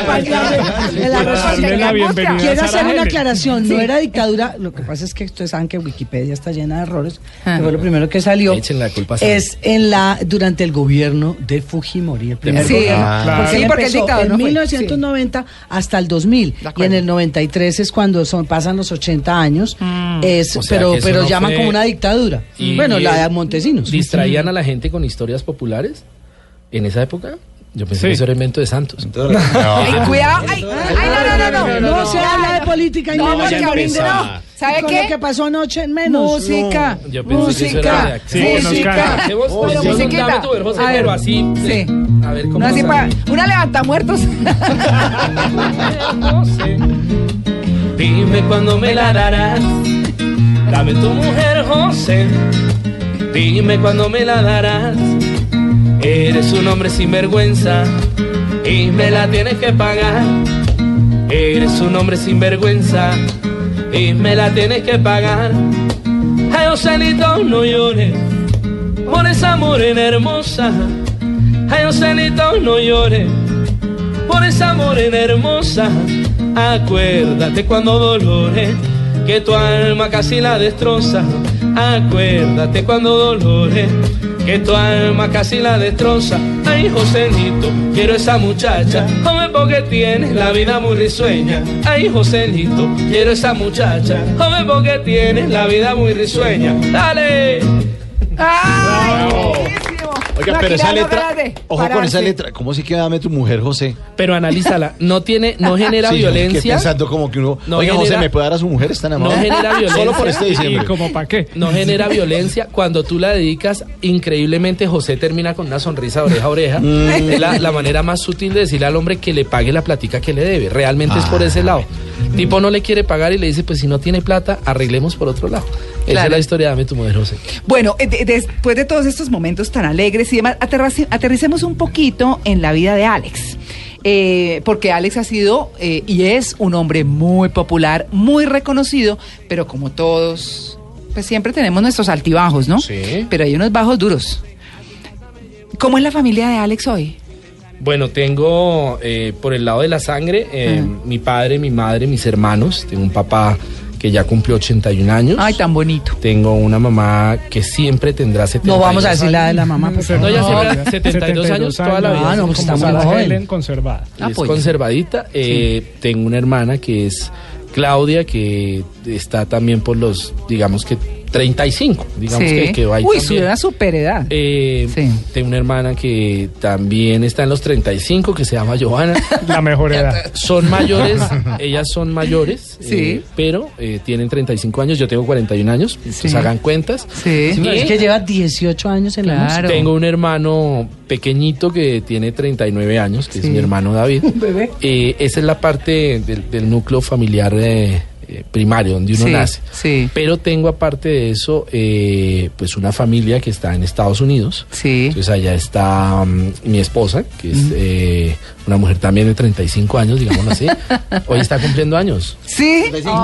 Darle la bienvenida a Quiero Sarah hacer una Helen. aclaración, no era dictadura, lo que pasa es que ustedes saben que Wikipedia está llena de errores, Ah. que fue lo primero que salió, Echen la culpa a Sarah. es durante el gobierno de Fujimori, el primer Sí, gobierno. claro. Sí, él porque el empezó dictador en no fue. 1990 hasta el 2000, y acuerdo. en el 93 es cuando pasan los 80 años, O sea, que eso pero no llaman fue- como una dictadura. Y- Bueno, y la de es- Montesinos. ¿Distraían a la gente con historias populares en esa época? Yo pensé Sí. que eso era invento de Santos. Ay, cuidado, ay, No se habla de política y No, menos porque en ahorita domingo. no. ¿Sabe Con qué? lo que pasó anoche en menos. Música, Yo pensé que eso era música, de Sí, que nos música. cae. Hacemos Pero pues, un musiquita. dame tu verbo, A ver, pero así. sí. A ver cómo Una, así pasa. una levantamuertos. No sé. Dime cuándo me la darás. Dame tu mujer, José. Dime cuándo me la darás. Eres un hombre sin vergüenza y me la tienes que pagar. Eres un hombre sin vergüenza y me la tienes que pagar. Ay, Joselito, no llores, por esa morena hermosa. Ay, Joselito, no llores por esa morena hermosa. Acuérdate cuando dolores, que tu alma casi la destroza. Acuérdate cuando dolores, que tu alma casi la destroza. Ay, Joselito, quiero esa muchacha, joven porque tienes la vida muy risueña. Ay, Joselito, quiero esa muchacha, joven porque tienes la vida muy risueña. ¡Dale! ¡Ay, buenísimo! Oiga, No, pero aquí esa le letra, dan ganas de ojo con esa pararse. letra. ¿Cómo se queda dame tu mujer, José? Pero analízala, no genera Sí, yo me quedé violencia. pensando como que uno, No oiga, genera- José, ¿me puede dar a su mujer? Está No enamorada. genera violencia. Solo por este ¿Y diciembre. como para qué? No genera violencia. Cuando tú la dedicas, increíblemente José termina con una sonrisa de oreja a oreja. Es la manera más sutil de decirle al hombre que le pague la platica que le debe. Realmente es por ese lado. Tipo no le quiere pagar y le dice, pues si no tiene plata, arreglemos por otro lado. Esa Claro. es la historia de Dame tu mujer, José. Bueno, después de todos estos momentos tan alegres y demás, aterricemos un poquito en la vida de Alex. Porque Alex ha sido y es un hombre muy popular, muy reconocido, pero como todos, pues siempre tenemos nuestros altibajos, ¿no? Sí. Pero hay unos bajos duros. ¿Cómo es la familia de Alex hoy? Bueno, tengo por el lado de la sangre, mi padre, mi madre, mis hermanos. Tengo un papá que ya cumplió 81 años. Ay, tan bonito. Tengo una mamá que siempre tendrá 72 No vamos a decir años. la de la mamá, por favor. No, ya No, siempre 72 años, toda la vida. Ah, no, pues como está Sarah muy joven. Helen, conservada. Ah, Es pues. conservadita. Tengo una hermana que es Claudia, que está también por los, digamos que 35, digamos Sí. que va ahí Uy, también. una super edad. Sí. Tengo una hermana que también está en los 35, que se llama Johanna. La mejor edad. Son mayores, ellas son mayores, Sí. pero tienen 35 años, yo tengo 41 años, entonces Sí. hagan cuentas. Sí. Sí, pero es que lleva 18 años en la música. Claro. Tengo un hermano pequeñito que tiene 39 años, que Sí. es mi hermano David. Bebé. Esa es la parte del núcleo familiar primario, donde uno Sí, nace. sí. Pero tengo aparte de eso, pues una familia que está en Estados Unidos. Sí. Entonces allá está mi esposa, que es una mujer también de 35 años, digámoslo así. Hoy está cumpliendo años. ¿Sí?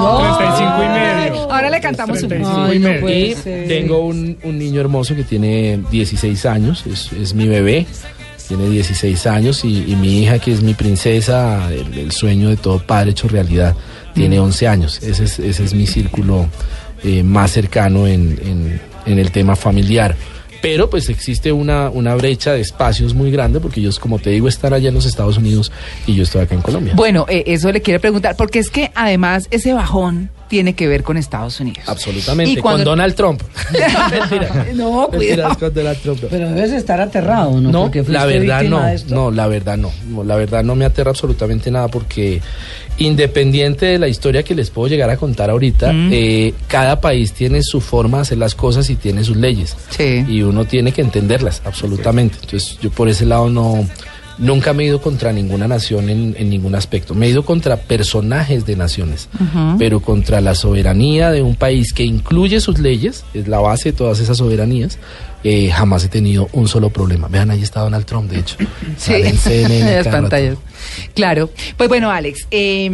35 y medio. Ahora le cantamos un 35 Ay, y no medio. puede Y ser. tengo un niño hermoso que tiene 16 años, es mi bebé, tiene 16 años y mi hija, que es mi princesa, el sueño de todo padre hecho realidad, tiene 11 años. Ese es mi círculo más cercano en el tema familiar. Pero pues existe una brecha de espacios muy grande porque ellos, como te digo, están allá en los Estados Unidos y yo estoy acá en Colombia. Bueno, eso le quiero preguntar, porque es que además ese bajón tiene que ver con Estados Unidos. Absolutamente, Y cuando- con Donald Trump. Mentira. No, cuidado. Mentiras, con Donald Trump. Pero debes estar aterrado, ¿no? No, Porque fuiste la verdad víctima no, de esto. no, la verdad no. No, la verdad no me aterra absolutamente nada porque independiente de la historia que les puedo llegar a contar ahorita, cada país tiene su forma de hacer las cosas y tiene sus leyes. Sí. Y uno tiene que entenderlas, absolutamente. Entonces yo por ese lado nunca me he ido contra ninguna nación en ningún aspecto. Me he ido contra personajes de naciones, pero contra la soberanía de un país que incluye sus leyes, es la base de todas esas soberanías. Jamás he tenido un solo problema. Vean, ahí está Donald Trump, de hecho. Sí, Sale en CNN en las cada rato. pantallas. Claro. Pues bueno, Alex,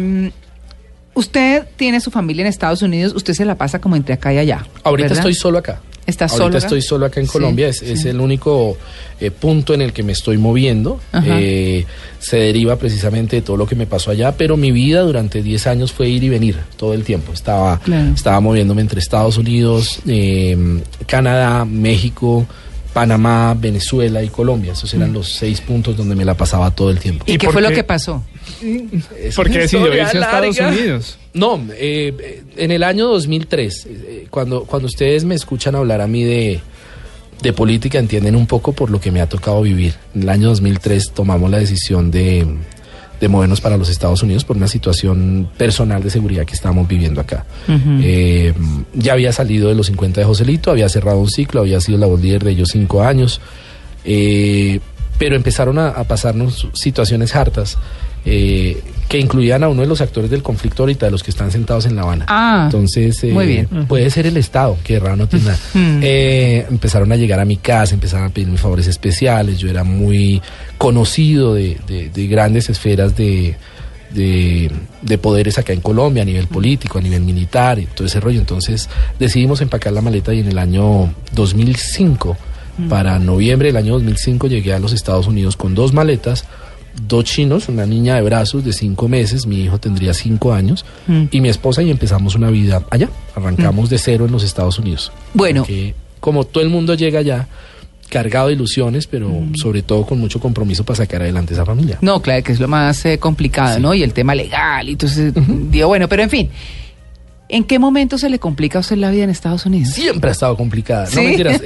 usted tiene su familia en Estados Unidos, usted se la pasa como entre acá y allá. Ahorita ¿verdad? estoy solo acá. ¿Estás Ahorita solo acá? estoy solo acá en Sí, Colombia. Es sí. el único punto en el que me estoy moviendo. Ajá. Se deriva precisamente de todo lo que me pasó allá, pero mi vida durante 10 años fue ir y venir todo el tiempo. Claro. Estaba moviéndome entre Estados Unidos, Canadá, México, Panamá, Venezuela y Colombia. Esos eran los 6 puntos donde me la pasaba todo el tiempo. ¿Y ¿Y qué por fue lo qué? que pasó? Es ¿Por una qué decidió historia irse a Estados larga. Unidos? No, en el año 2003, cuando ustedes me escuchan hablar a mí de política, entienden un poco por lo que me ha tocado vivir. En el año 2003 tomamos la decisión de movernos para los Estados Unidos por una situación personal de seguridad que estábamos viviendo acá. Ya había salido de los 50 de Joselito, había cerrado un ciclo, había sido la voz líder de ellos 5 años, pero empezaron a pasarnos situaciones hartas que incluían a uno de los actores del conflicto ahorita, de los que están sentados en La Habana. Ah, Entonces, muy bien. puede ser el Estado, que raro no tiene nada. Empezaron a llegar a mi casa, empezaron a pedirme favores especiales. Yo era muy conocido de grandes esferas de poderes acá en Colombia, a nivel político, a nivel militar y todo ese rollo. Entonces decidimos empacar la maleta y en el año 2005 Para noviembre del año 2005 llegué a los Estados Unidos con 2 maletas, 2 chinos, una niña de brazos de 5 meses, mi hijo tendría 5 años, y mi esposa, y empezamos una vida allá. Arrancamos de cero en los Estados Unidos. Bueno. Porque, como todo el mundo llega allá, cargado de ilusiones, pero sobre todo con mucho compromiso para sacar adelante esa familia. No, claro, que es lo más complicado, sí, ¿no? Y el tema legal, y entonces, digo, bueno, pero en fin. ¿En qué momento se le complica a usted la vida en Estados Unidos? Siempre ha estado complicada. ¿Sí? No, mentiras.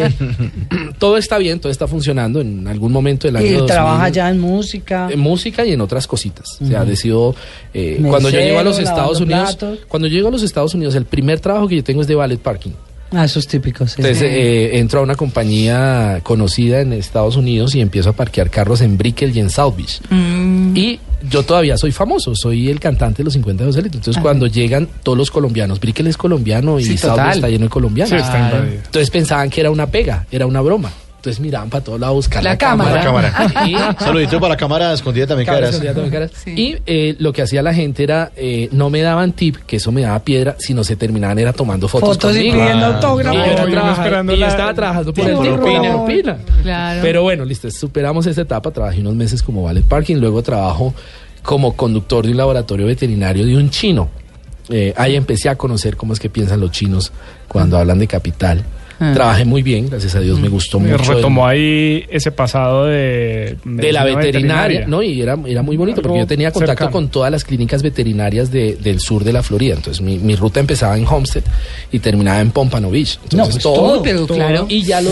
Todo está bien, todo está funcionando. En algún momento del año 2000... ¿Y trabaja ya en música? En música y en otras cositas. O sea, decido... cuando yo llego a los Estados Unidos... Cuando yo llego a los Estados Unidos, el primer trabajo que yo tengo es de valet parking. Ah, eso es típico, sí. Entonces entro a una compañía conocida en Estados Unidos y empiezo a parquear carros en Brickell y en South Beach. Y yo todavía soy famoso, soy el cantante de los 50 de Joselito. Entonces cuando llegan todos los colombianos, Brickell es colombiano y South Beach está lleno de colombianos. Sí, está invadido. Entonces pensaban que era una pega, era una broma. Entonces miraban para todos lados a buscar la cámara. La cámara. Saludito para la cámara escondida también, caras. Sí. Y lo que hacía la gente era, no me daban tip, que eso me daba piedra, sino se terminaban era tomando fotos y conmigo. pidiendo autógrafo. Y yo estaba trabajando por el propina. Claro. Pero bueno, listo, superamos esa etapa, trabajé unos meses como valet parking, luego trabajo como conductor de un laboratorio veterinario de un chino. Ahí empecé a conocer cómo es que piensan los chinos cuando hablan de capital. Trabajé muy bien, gracias a Dios, me gustó mucho. Retomó ahí ese pasado de la veterinaria, ¿no? Y era muy bonito porque yo tenía contacto con todas las clínicas veterinarias del sur de la Florida. Entonces mi ruta empezaba en Homestead y terminaba en Pompano Beach. Entonces todo, claro. Y ya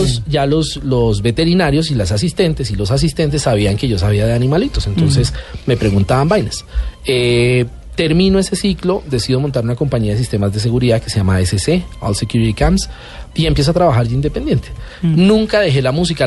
los veterinarios y las asistentes y los asistentes sabían que yo sabía de animalitos. Entonces me preguntaban vainas. Termino ese ciclo, decido montar una compañía de sistemas de seguridad que se llama ASC, All Security Cams, y empiezo a trabajar de independiente. Nunca dejé la música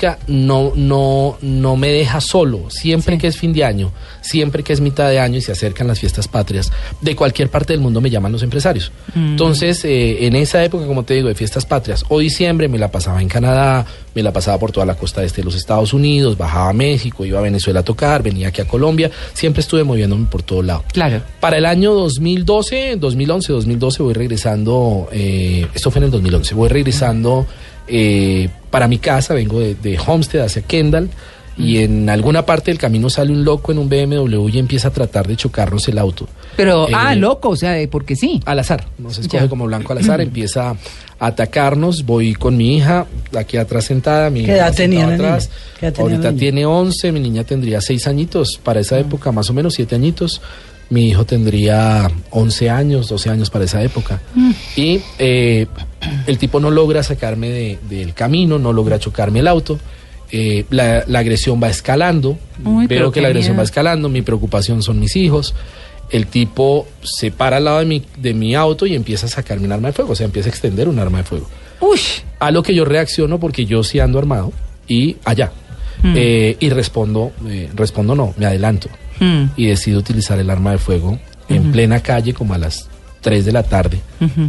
no me deja solo. Siempre que es fin de año, siempre que es mitad de año y se acercan las fiestas patrias, de cualquier parte del mundo me llaman los empresarios. Entonces, en esa época, como te digo, de fiestas patrias o diciembre, me la pasaba en Canadá, me la pasaba por toda la costa este de los Estados Unidos, bajaba a México, iba a Venezuela a tocar, venía aquí a Colombia, siempre estuve moviéndome por todo lado. Claro. Para el año 2012 voy regresando, esto fue en el 2011, voy regresando para mi casa, vengo de Homestead hacia Kendall, y en alguna parte del camino sale un loco en un BMW y empieza a tratar de chocarnos el auto. Pero, loco, o sea, porque sí. Al azar, no se escoge como blanco al azar, empieza a atacarnos, voy con mi hija, aquí atrás sentada, mi ¿Qué edad tenía atrás, ahorita tiene 11, mi niña tendría 6 añitos, para esa época más o menos 7 añitos. Mi hijo tendría 11 años, 12 años para esa época. Y el tipo no logra sacarme del camino, no logra chocarme el auto. La agresión va escalando. Veo que la agresión va escalando. Mi preocupación son mis hijos. El tipo se para al lado de mi auto y empieza a sacarme un arma de fuego. O sea, empieza a extender un arma de fuego. A lo que yo reacciono porque yo sí ando armado. Y allá. Y respondo no, me adelanto. Y decido utilizar el arma de fuego en plena calle como a las 3 de la tarde.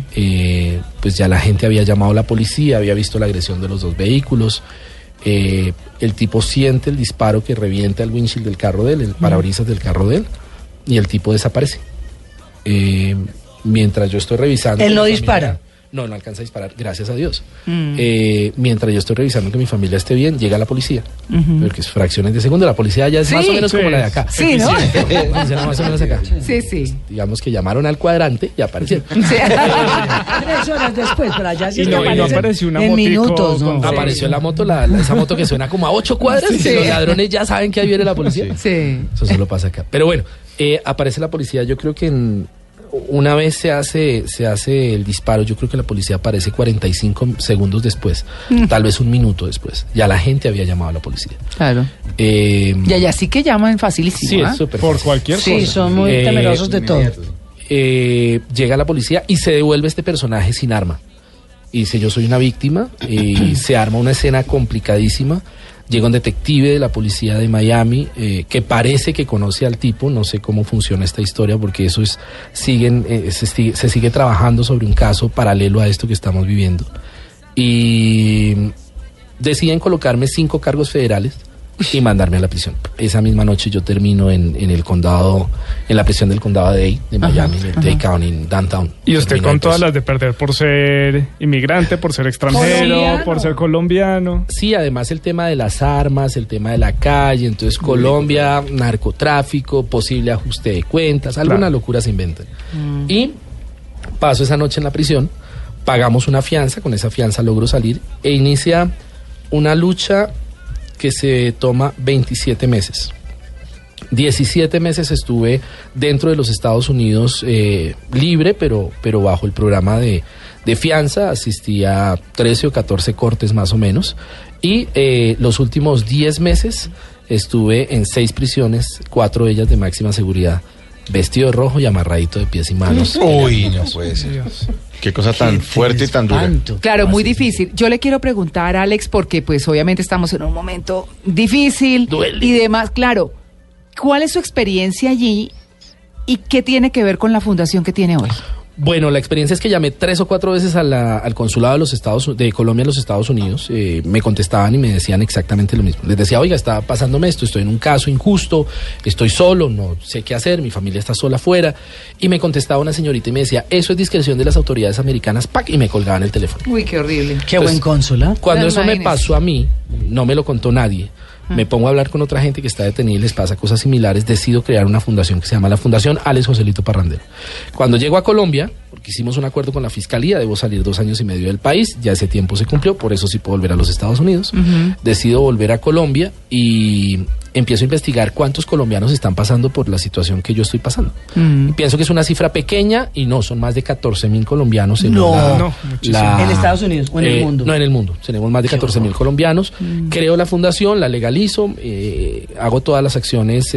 Pues ya la gente había llamado a la policía, había visto la agresión de los 2 vehículos. El tipo siente el disparo que revienta el windshield del carro de él, el parabrisas del carro de él, y el tipo desaparece. Mientras yo estoy revisando... ¿Él no dispara? No alcanza a disparar, gracias a Dios. Mientras yo estoy revisando que mi familia esté bien, llega la policía. Porque es fracciones de segundo. La policía ya es más o menos como la de acá. Sí, ¿no? Más o menos acá. Sí. Digamos que llamaron al cuadrante y aparecieron. 3 horas después, pero allá sí no apareció una en motico minutos. ¿No? Apareció la moto, esa moto que suena como a 8 cuadras. Y los ladrones ya saben que ahí viene la policía. Sí. Eso solo pasa acá. Pero bueno, aparece la policía. Yo creo que una vez se hace el disparo, yo creo que la policía aparece 45 segundos después, tal vez un minuto después. Ya la gente había llamado a la policía. Claro. Y allá sí que llaman facilísimo. Sí, es súper por fácil. cualquier cosa. Sí, son muy temerosos de todo. Llega la policía y se devuelve este personaje sin arma. Y dice, yo soy una víctima, y se arma una escena complicadísima. Llega un detective de la policía de Miami que parece que conoce al tipo. No sé cómo funciona esta historia porque eso es se sigue trabajando sobre un caso paralelo a esto que estamos viviendo. Y deciden colocarme 5 cargos federales y mandarme a la prisión. Esa misma noche yo termino en el condado, en la prisión del condado de Dade, de Miami, en Dade County, en Downtown. Y usted Termino con el todas proceso. las de perder por ser inmigrante, por ser extranjero, Colombiano. por ser colombiano. Sí, además el tema de las armas, el tema de la calle, entonces Colombia, narcotráfico, posible ajuste de cuentas, alguna locura se inventan. Y paso esa noche en la prisión, pagamos una fianza, con esa fianza logro salir e inicia una lucha que se toma 27 meses. 17 meses estuve dentro de los Estados Unidos libre, pero bajo el programa de fianza, asistí a 13 o 14 cortes más o menos, y los últimos 10 meses estuve en 6 prisiones, 4 de ellas de máxima seguridad, vestido de rojo y amarradito de pies y manos. Uy, no puede ser. Qué cosa tan fuerte y tan dura. Claro, muy difícil. Yo le quiero preguntar a Alex, porque pues obviamente estamos en un momento difícil Duele. y demás. Claro, ¿cuál es su experiencia allí y qué tiene que ver con la fundación que tiene hoy? Bueno, la experiencia es que llamé 3 o 4 veces al consulado de Colombia en los Estados Unidos. Me contestaban y me decían exactamente lo mismo. Les decía, oiga, está pasándome esto, estoy en un caso injusto, estoy solo, no sé qué hacer, mi familia está sola afuera. Y me contestaba una señorita y me decía, eso es discreción de las autoridades americanas, ¡pac! Y me colgaban el teléfono. Uy, qué horrible. Qué buen cónsul, ¿ah? Cuando No, eso me imagínese. pasó a mí, no me lo contó nadie. Me pongo a hablar con otra gente que está detenida y les pasa cosas similares. Decido crear una fundación que se llama la Fundación Alex Joselito Parrandero. Cuando llego a Colombia, porque hicimos un acuerdo con la Fiscalía, debo salir 2 años y medio del país, ya ese tiempo se cumplió, por eso sí puedo volver a los Estados Unidos. Decido volver a Colombia y empiezo a investigar cuántos colombianos están pasando por la situación que yo estoy pasando. Y pienso que es una cifra pequeña y no, son más de 14,000 colombianos en No, muchísimo. ¿En Estados Unidos o en el mundo? No, en el mundo. Tenemos más de 14,000 colombianos. Creo la fundación, la legalizo, hago todas las acciones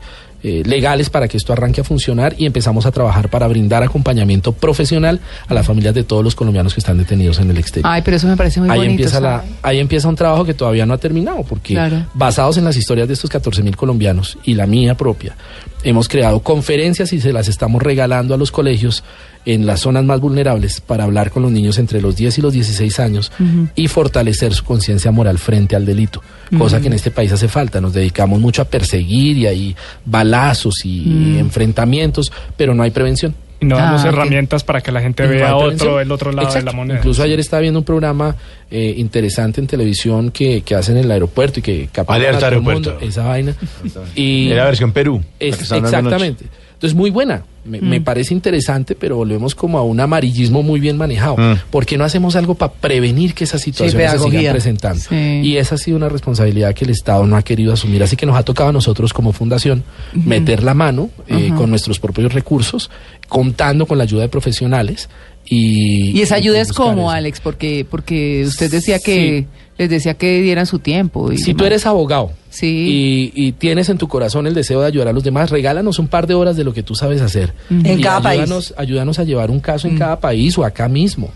legales para que esto arranque a funcionar y empezamos a trabajar para brindar acompañamiento profesional a las familias de todos los colombianos que están detenidos en el exterior. Ay, pero eso me parece muy Ahí bonito. empieza, ¿sabe? ahí empieza un trabajo que todavía no ha terminado, porque Claro. basados en las historias de estos 14,000 colombianos y la mía propia, hemos creado conferencias y se las estamos regalando a los colegios en las zonas más vulnerables para hablar con los niños entre los 10 y los 16 años y fortalecer su conciencia moral frente al delito, cosa que en este país hace falta. Nos dedicamos mucho a perseguir y hay balazos y enfrentamientos, pero no hay prevención. Y no damos Ah, ok. herramientas para que la gente No hay vea prevención. el otro lado Exacto. de la moneda. Incluso ayer estaba viendo un programa interesante en televisión que hacen en el aeropuerto y que captan Alerta a todo el aeropuerto. mundo, esa vaina. Y Era la versión Perú. la es, que estaban dando anoche. exactamente. Entonces, muy buena. Me parece interesante, pero volvemos como a un amarillismo muy bien manejado. ¿Por qué no hacemos algo para prevenir que esas situaciones se pedagogía. sigan presentando? Sí. Y esa ha sido una responsabilidad que el Estado no ha querido asumir. Así que nos ha tocado a nosotros como fundación meter la mano con nuestros propios recursos, contando con la ayuda de profesionales. Y esa ayuda es buscar como, eso. Alex, porque usted decía que les decía que dieran su tiempo. Y Si tú demás. eres abogado Sí. y tienes en tu corazón el deseo de ayudar a los demás, regálanos un par de horas de lo que tú sabes hacer. En Y cada país. ayúdanos a llevar un caso en cada país o acá mismo.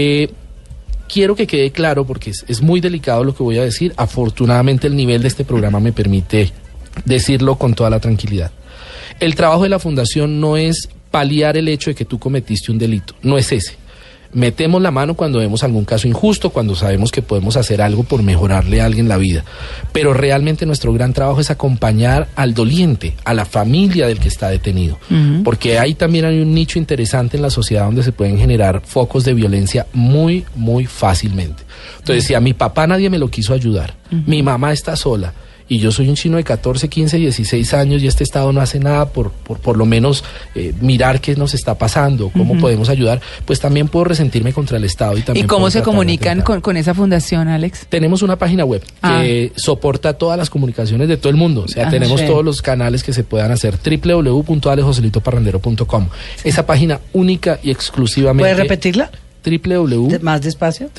Quiero que quede claro, porque es muy delicado lo que voy a decir. Afortunadamente el nivel de este programa me permite decirlo con toda la tranquilidad. El trabajo de la fundación no es paliar el hecho de que tú cometiste un delito, no es ese. Metemos la mano cuando vemos algún caso injusto, cuando sabemos que podemos hacer algo por mejorarle a alguien la vida. Pero realmente nuestro gran trabajo es acompañar al doliente, a la familia del que está detenido. Porque ahí también hay un nicho interesante en la sociedad donde se pueden generar focos de violencia muy, muy fácilmente. Entonces, si a mi papá nadie me lo quiso ayudar, mi mamá está sola, y yo soy un chino de 14, 15, 16 años y este Estado no hace nada por lo menos mirar qué nos está pasando, cómo podemos ayudar, pues también puedo resentirme contra el Estado. ¿Y ¿Y cómo se comunican con esa fundación, Alex? Tenemos una página web que soporta todas las comunicaciones de todo el mundo. O sea, tenemos sí. todos los canales que se puedan hacer. www.alexjoselitoparrandero.com. Esa página única y exclusivamente. ¿Puedes repetirla? Más despacio.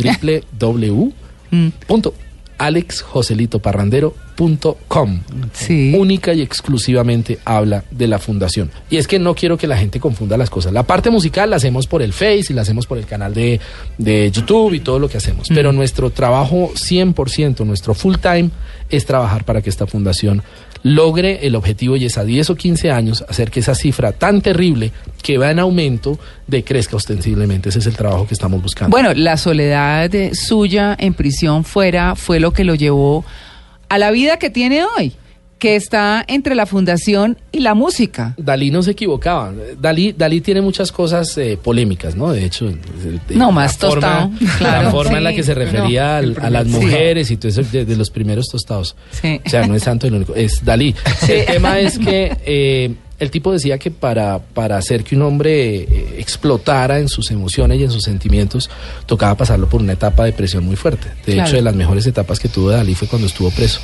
www.alexjoselitoparrandero.com. Sí. Única y exclusivamente habla de la fundación. Y es que no quiero que la gente confunda las cosas. La parte musical la hacemos por el Face y la hacemos por el canal de YouTube y todo lo que hacemos. Pero nuestro trabajo 100%, nuestro full time es trabajar para que esta fundación logre el objetivo, y es a 10 o 15 años hacer que esa cifra tan terrible que va en aumento decrezca ostensiblemente. Ese es el trabajo que estamos buscando. Bueno, la soledad suya en prisión fue lo que lo llevó a la vida que tiene hoy, que está entre la fundación y la música. Dalí no se equivocaba. Dalí tiene muchas cosas polémicas, ¿no? De hecho, más tostado. Claro, la forma en la que se refería a las mujeres y todo eso, de los primeros tostados. Sí. O sea, no es santo el único, es Dalí. Sí. El tema es que el tipo decía que para hacer que un hombre explotara en sus emociones y en sus sentimientos, tocaba pasarlo por una etapa de presión muy fuerte. De hecho, de las mejores etapas que tuvo Dalí fue cuando estuvo preso.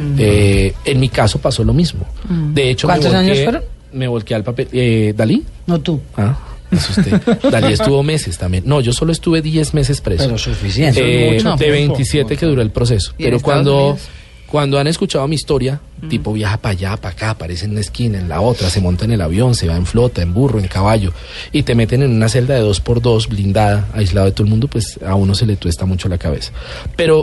En mi caso pasó lo mismo. De hecho, ¿cuántos años fueron? Me volqué al papel. ¿Dalí? No, tú. Me asusté. Dalí estuvo meses también. No, yo solo estuve 10 meses preso. Pero suficiente. De 27 que duró el proceso. Pero cuando han escuchado mi historia, tipo viaja para allá, para acá, aparece en una esquina, en la otra, se monta en el avión, se va en flota, en burro, en caballo, y te meten en una celda de 2x2, blindada, aislado de todo el mundo, pues a uno se le tuesta mucho la cabeza. Pero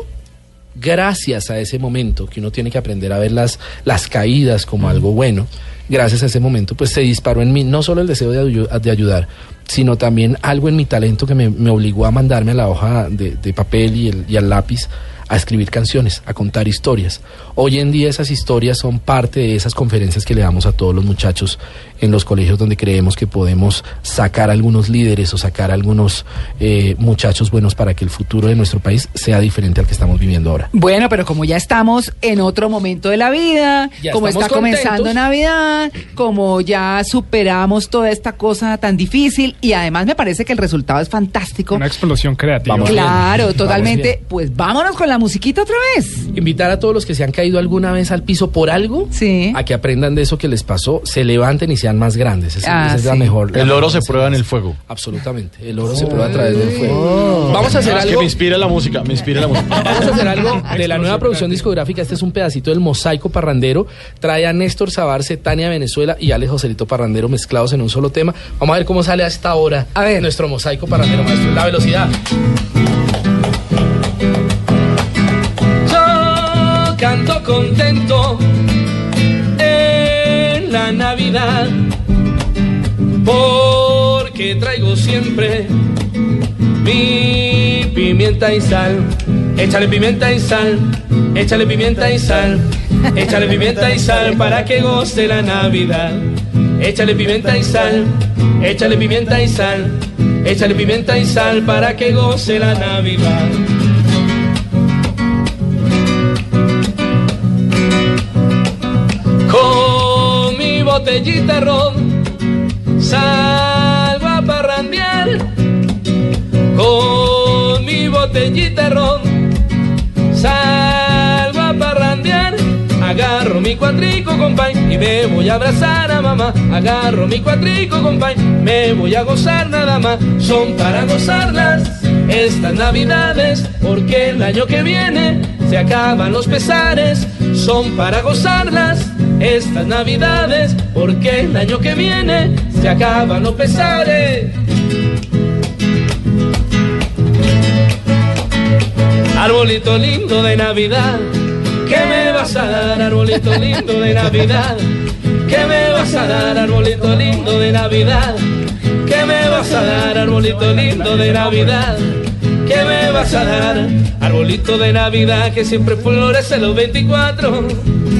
gracias a ese momento, que uno tiene que aprender a ver las caídas como algo bueno, gracias a ese momento, pues se disparó en mí no solo el deseo de ayudar, sino también algo en mi talento que me obligó a mandarme a la hoja de papel y al lápiz a escribir canciones, a contar historias. Hoy en día esas historias son parte de esas conferencias que le damos a todos los muchachos en los colegios, donde creemos que podemos sacar algunos líderes o sacar algunos muchachos buenos para que el futuro de nuestro país sea diferente al que estamos viviendo ahora. Bueno, pero como ya estamos en otro momento de la vida, ya como está comenzando Navidad, como ya superamos toda esta cosa tan difícil, y además me parece que el resultado es fantástico. Una explosión creativa. Claro, totalmente. Pues vámonos con la musiquita otra vez. Invitar a todos los que se han caído alguna vez al piso por algo, a que aprendan de eso que les pasó, se levanten y sean más grandes. Esa es la mejor. El oro se prueba en el fuego. Absolutamente. El oro se prueba a través del fuego. Vamos a hacer algo. Es que me inspira la música. Vamos a hacer algo de la nueva producción discográfica. Este es un pedacito del Mosaico Parrandero. Trae a Néstor Sabarce, Tania Venezuela y Alex Joselito Parrandero mezclados en un solo tema. Vamos a ver cómo sale a esta hora nuestro Mosaico Parrandero, maestro. La velocidad. Canto contento en la Navidad, porque traigo siempre mi pimienta y sal. Échale pimienta y sal, échale pimienta y sal, échale pimienta y sal para que goce la Navidad. Échale pimienta y sal, échale pimienta y sal, échale pimienta y sal para que goce la Navidad. Botellita de ron, salgo a parrandear. Con mi botellita de ron, salgo a parrandear. Agarro mi cuatrico, compay, y me voy a abrazar a mamá. Agarro mi cuatrico, compay, me voy a gozar nada más. Son para gozarlas estas navidades, porque el año que viene se acaban los pesares. Son para gozarlas estas navidades, porque el año que viene se acaban los pesares. Arbolito lindo de Navidad, ¿qué me vas a dar, arbolito lindo de Navidad? ¿Qué me vas a dar, arbolito lindo de Navidad? ¿Qué me vas a dar, arbolito lindo de Navidad? ¿Qué me vas a dar, arbolito de Navidad que siempre florece los 24?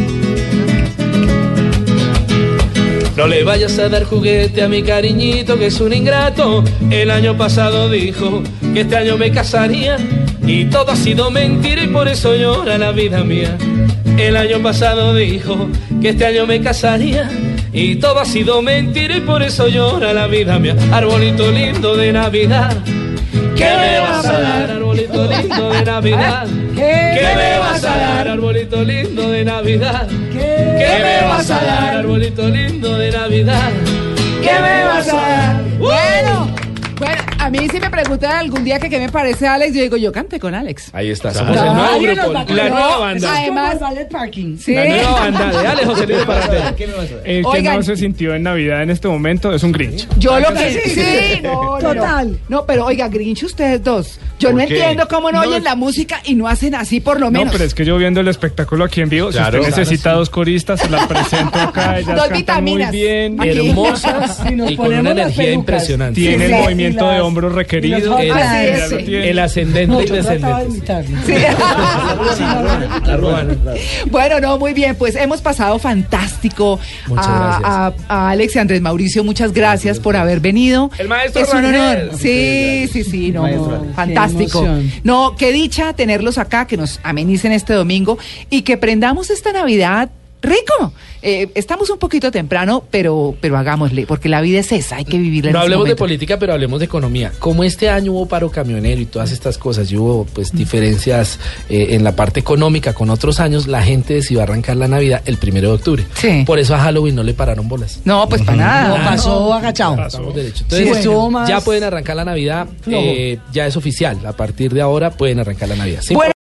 No le vayas a dar juguete a mi cariñito, que es un ingrato. El año pasado dijo que este año me casaría, y todo ha sido mentira y por eso llora la vida mía. El año pasado dijo que este año me casaría, y todo ha sido mentira y por eso llora la vida mía. Arbolito lindo de Navidad, ¿qué me vas a dar, arbolito lindo de Navidad? ¿Qué me vas a dar, arbolito lindo de Navidad? ¿Qué me vas a dar, arbolito lindo de Navidad? ¿Qué me vas a dar? Bueno, a mí si me preguntan algún día que qué me parece Alex, yo digo, yo canté con Alex. Ahí está, somos el nuevo grupo, la nueva banda. Además, ¿sí? La nueva banda de Alex Joselito Parrandero. El que no se sintió en Navidad en este momento es un Grinch. Yo lo que sí, Total. No, pero oiga, Grinch ustedes dos, Yo no ¿Por qué? entiendo cómo no No, oyen la música y no hacen así por lo menos. No, pero es que yo viendo el espectáculo aquí en vivo, Claro, si usted claro, necesita dos coristas, se las presento acá, ellas Dos cantan vitaminas. muy bien, Aquí. Hermosas Y nos y con una ponemos las energía pelucas. impresionante. tiene el Sí, movimiento y las- de hombros requerido. y las el- fotos. Así ya es, lo sí. tiene. El ascendente No, y yo trataba de descendente. imitarlo. Sí. Bueno, no, muy bien, pues hemos pasado fantástico. Muchas gracias. A Alex y Andrés Mauricio, muchas gracias por haber venido. El maestro es un Rangel. honor. Sí, no, Maestro. fantástico. Qué emoción. No, qué dicha tenerlos acá, que nos amenicen este domingo y que prendamos esta Navidad rico. Estamos un poquito temprano, pero hagámosle, porque la vida es esa, hay que vivirla. No en ese hablemos de momento. política, pero hablemos de economía. Como este año hubo paro camionero y todas estas cosas, y hubo pues diferencias en la parte económica con otros años, la gente decidió arrancar la Navidad el 1 de octubre. Sí. Por eso a Halloween no le pararon bolas. No, pues para nada. No, pasó agachado. Pasamos derecho. Sí, Entonces, estuvo más ya pueden arrancar la Navidad, flojo. ya es oficial. A partir de ahora pueden arrancar la Navidad. Sí, Bueno,